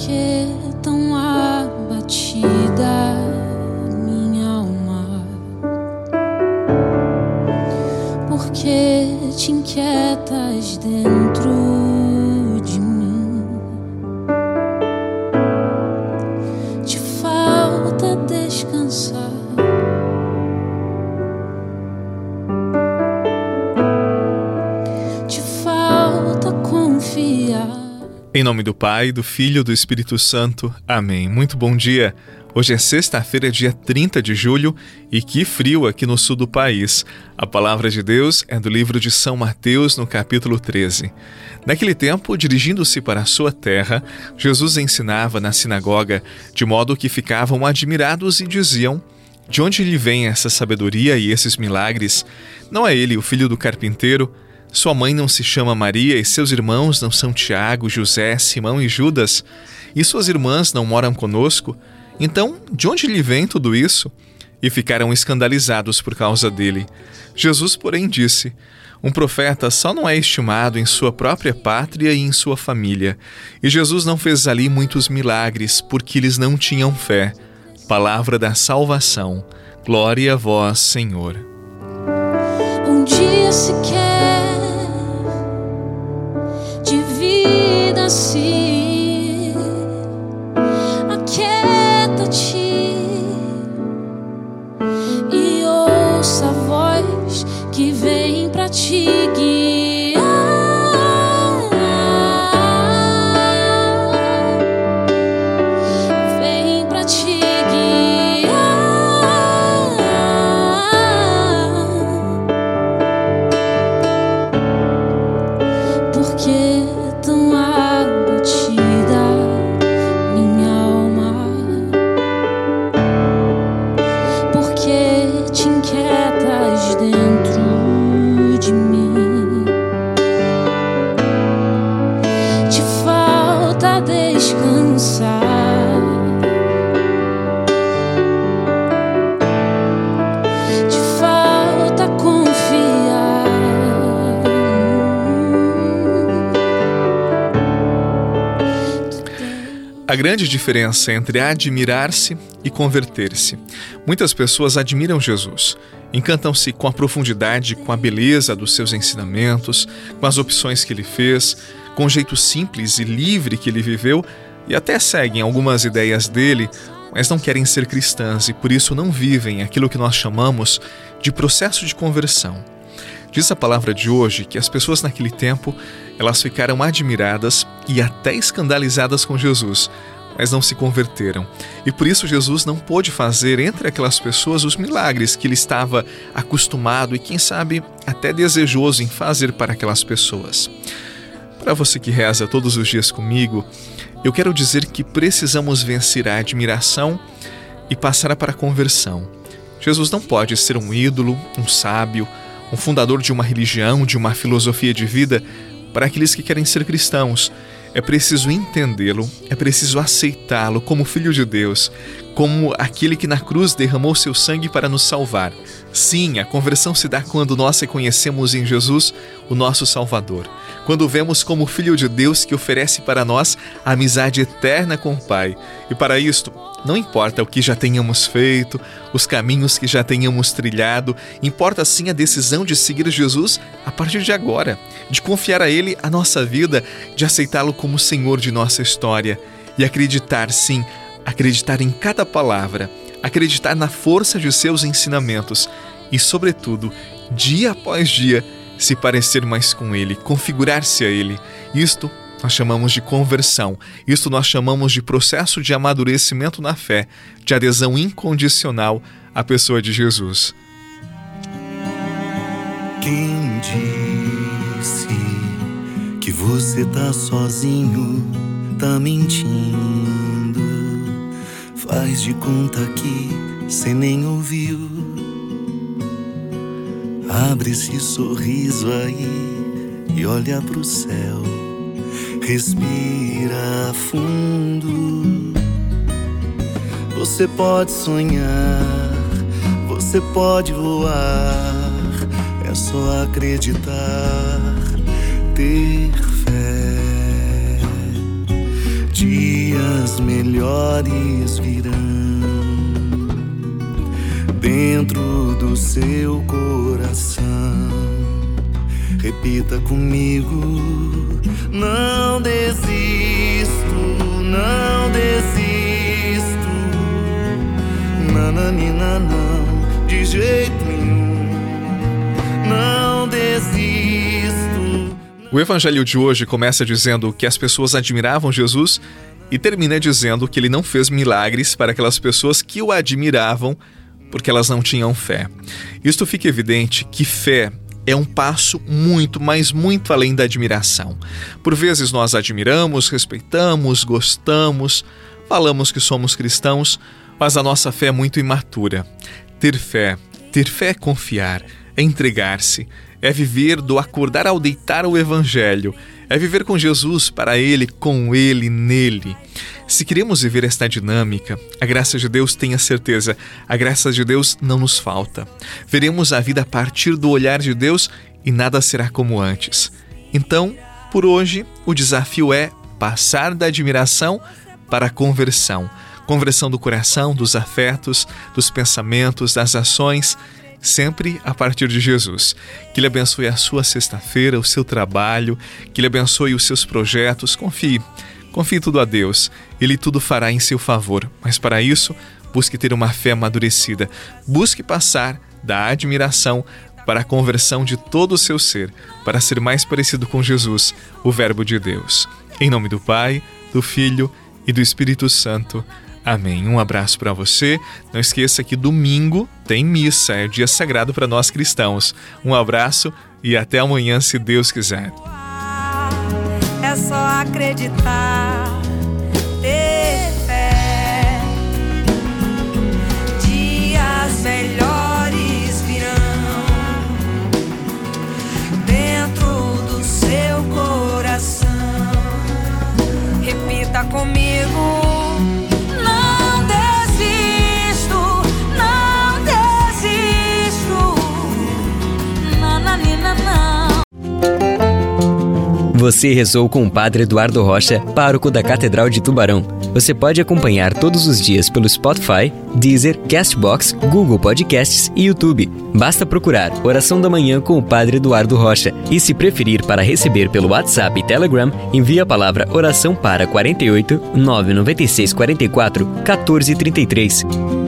que tão abatida minha alma? Por que te inquietas dentro de mim? Te falta descansar. Te falta confiar. Em nome do Pai, do Filho e do Espírito Santo. Amém. Muito bom dia. Hoje é sexta-feira, dia 30 de julho, e que frio aqui no sul do país. A palavra de Deus é do livro de São Mateus, no capítulo 13. Naquele tempo, dirigindo-se para a sua terra, Jesus ensinava na sinagoga, de modo que ficavam admirados e diziam: de onde lhe vem essa sabedoria e esses milagres? Não é ele o filho do carpinteiro? Sua mãe não se chama Maria e seus irmãos não são Tiago, José, Simão e Judas? E suas irmãs não moram conosco? Então, de onde lhe vem tudo isso? E ficaram escandalizados por causa dele. Jesus, porém, disse: um profeta só não é estimado em sua própria pátria e em sua família. E Jesus não fez ali muitos milagres, porque eles não tinham fé. Palavra da salvação. Glória a vós, Senhor. Um dia sequer de vida assim, aquieta-te e ouça a voz que vem pra te guiar. Vem pra te guiar. Porque tão abatida minha alma? Porque te inquietas dentro de mim? Te falta descansar. Te falta confiar. A grande diferença entre admirar-se e converter-se. Muitas pessoas admiram Jesus, encantam-se com a profundidade, com a beleza dos seus ensinamentos, com as opções que ele fez, com o jeito simples e livre que ele viveu, e até seguem algumas ideias dele, mas não querem ser cristãs e por isso não vivem aquilo que nós chamamos de processo de conversão. Diz a palavra de hoje que as pessoas naquele tempo, elas ficaram admiradas e até escandalizadas com Jesus, mas não se converteram. E por isso Jesus não pôde fazer entre aquelas pessoas os milagres que ele estava acostumado e, quem sabe, até desejoso em fazer para aquelas pessoas. Para você que reza todos os dias comigo, eu quero dizer que precisamos vencer a admiração e passar para a conversão. Jesus não pode ser um ídolo, um sábio, um fundador de uma religião, de uma filosofia de vida para aqueles que querem ser cristãos. É preciso entendê-lo, é preciso aceitá-lo como Filho de Deus, como aquele que na cruz derramou seu sangue para nos salvar. Sim, a conversão se dá quando nós reconhecemos em Jesus o nosso Salvador. Quando vemos como Filho de Deus que oferece para nós a amizade eterna com o Pai. E para isto, não importa o que já tenhamos feito, os caminhos que já tenhamos trilhado, importa sim a decisão de seguir Jesus a partir de agora, de confiar a Ele a nossa vida, de aceitá-lo como Senhor de nossa história e acreditar sim, acreditar em cada palavra, acreditar na força de seus ensinamentos e, sobretudo, dia após dia, se parecer mais com Ele, configurar-se a Ele. Isto nós chamamos de conversão. Isto nós chamamos de processo de amadurecimento na fé, de adesão incondicional à pessoa de Jesus. Quem disse que você tá sozinho, tá mentindo? Faz de conta que cê nem ouviu. Abre esse sorriso aí e olha pro céu. Respira fundo. Você pode sonhar, você pode voar. É só acreditar, ter fé. Dia dias melhores virão. Dentro do seu coração, repita comigo: não desisto, não desisto. Nananina, não, de jeito nenhum, não desisto. O evangelho de hoje começa dizendo que as pessoas admiravam Jesus e termina dizendo que ele não fez milagres para aquelas pessoas que o admiravam porque elas não tinham fé. Isto fica evidente que fé é um passo muito, mas muito além da admiração. Por vezes nós admiramos, respeitamos, gostamos, falamos que somos cristãos, mas a nossa fé é muito imatura. Ter fé é confiar, é entregar-se, é viver do acordar ao deitar o Evangelho, é viver com Jesus, para Ele, com Ele, nele. Se queremos viver esta dinâmica, a graça de Deus, tenha certeza, a graça de Deus não nos falta. Veremos a vida a partir do olhar de Deus e nada será como antes. Então, por hoje, o desafio é passar da admiração para a conversão. Conversão do coração, dos afetos, dos pensamentos, das ações, sempre a partir de Jesus. Que Ele abençoe a sua sexta-feira, o seu trabalho, que Ele abençoe os seus projetos. Confie tudo a Deus. Ele tudo fará em seu favor. Mas para isso, busque ter uma fé amadurecida. Busque passar da admiração para a conversão de todo o seu ser, para ser mais parecido com Jesus, o Verbo de Deus. Em nome do Pai, do Filho e do Espírito Santo. Amém. Um abraço para você. Não esqueça que domingo tem missa, é o dia sagrado para nós cristãos. Um abraço e até amanhã, se Deus quiser. É só acreditar, ter fé. Dias melhores virão. Dentro do seu coração, repita comigo: Você rezou com o Padre Eduardo Rocha, pároco da Catedral de Tubarão. Você pode acompanhar todos os dias pelo Spotify, Deezer, Castbox, Google Podcasts e YouTube. Basta procurar Oração da Manhã com o Padre Eduardo Rocha. E se preferir para receber pelo WhatsApp e Telegram, envie a palavra oração para 48 996 44 1433.